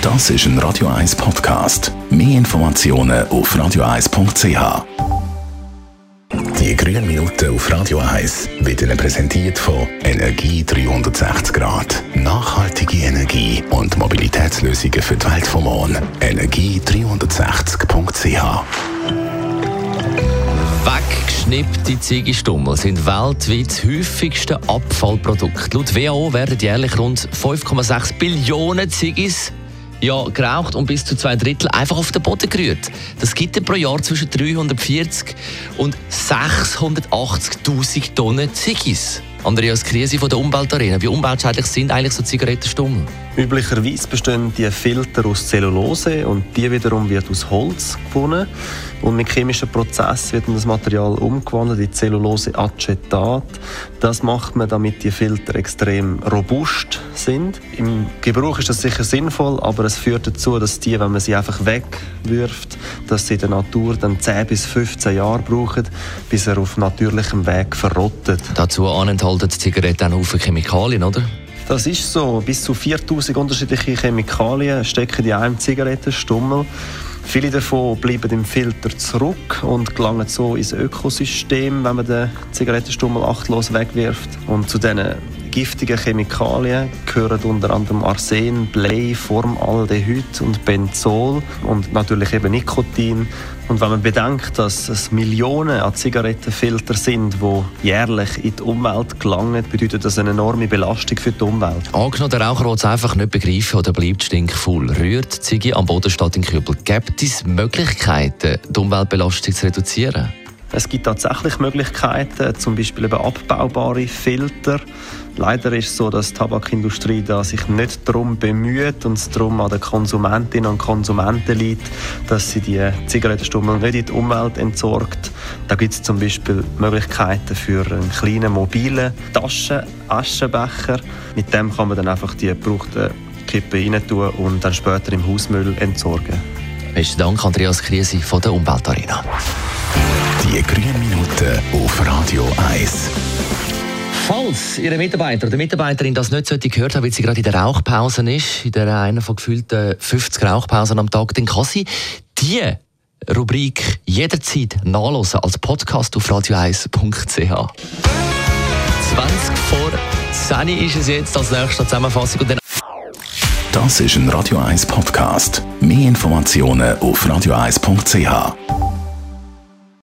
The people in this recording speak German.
Das ist ein Radio 1 Podcast. Mehr Informationen auf radio1.ch. Die grünen Minuten auf Radio 1 werden Ihnen präsentiert von Energie 360 Grad. Nachhaltige Energie und Mobilitätslösungen für die Welt vom Morgen. Energie360.ch. Weggeschnippte Ziegelstummel sind weltweit das häufigste Abfallprodukt. Laut WHO werden jährlich rund 5,6 Billionen Ziggis geraucht und bis zu 2/3 einfach auf den Boden gerührt. Das gibt pro Jahr zwischen 340 und 680'000 Tonnen Ziggis. Andreas Kriesi von der Umweltarena. Wie umweltschädlich sind eigentlich so Zigarettenstummel? Üblicherweise bestehen die Filter aus Zellulose und die wiederum wird aus Holz gewonnen. Und mit chemischen Prozessen wird das Material umgewandelt in Zelluloseacetat. Das macht man, damit die Filter extrem robust sind. Im Gebrauch ist das sicher sinnvoll, aber es führt dazu, dass die, wenn man sie einfach wegwirft, dass sie in der Natur dann 10 bis 15 Jahre brauchen, bis er auf natürlichem Weg verrottet. Dazu enthalten die Zigaretten einen Haufen Chemikalien, oder? Das ist so. Bis zu 4000 unterschiedliche Chemikalien stecken in einem Zigarettenstummel. Viele davon bleiben im Filter zurück und gelangen so ins Ökosystem, wenn man den Zigarettenstummel achtlos wegwirft. Und zu diesen giftigen Chemikalien gehören unter anderem Arsen, Blei, Formaldehyd und Benzol und natürlich eben Nikotin. Und wenn man bedenkt, dass es Millionen an Zigarettenfilter sind, die jährlich in die Umwelt gelangen, bedeutet das eine enorme Belastung für die Umwelt. Angenommen, der Raucher will es einfach nicht begreifen oder bleibt stinkvoll. Rührt die Ziggy am Boden statt in den Kübel. Gibt es Möglichkeiten, die Umweltbelastung zu reduzieren? Es gibt tatsächlich Möglichkeiten, zum Beispiel eben abbaubare Filter. Leider ist es so, dass die Tabakindustrie da sich nicht darum bemüht und es darum an den Konsumentinnen und Konsumenten liegt, dass sie die Zigarettenstummel nicht in die Umwelt entsorgt. Da gibt es zum Beispiel Möglichkeiten für einen kleinen mobilen Taschenaschenbecher. Mit dem kann man dann einfach die gebrauchten Kippen rein tun und dann später im Hausmüll entsorgen. Besten Dank, Andreas Kriesi von der Umweltarena. Die grünen Minuten auf Radio 1. Falls Ihre Mitarbeiter oder Mitarbeiterin das nicht gehört haben, weil sie gerade in der Rauchpause ist, in der einen von gefühlten 50 Rauchpausen am Tag, dann kann sie die Rubrik jederzeit nachhören als Podcast auf radio1.ch. 20 vor 10 ist es jetzt als nächste Zusammenfassung. Und Das ist ein Radio 1 Podcast. Mehr Informationen auf radio1.ch.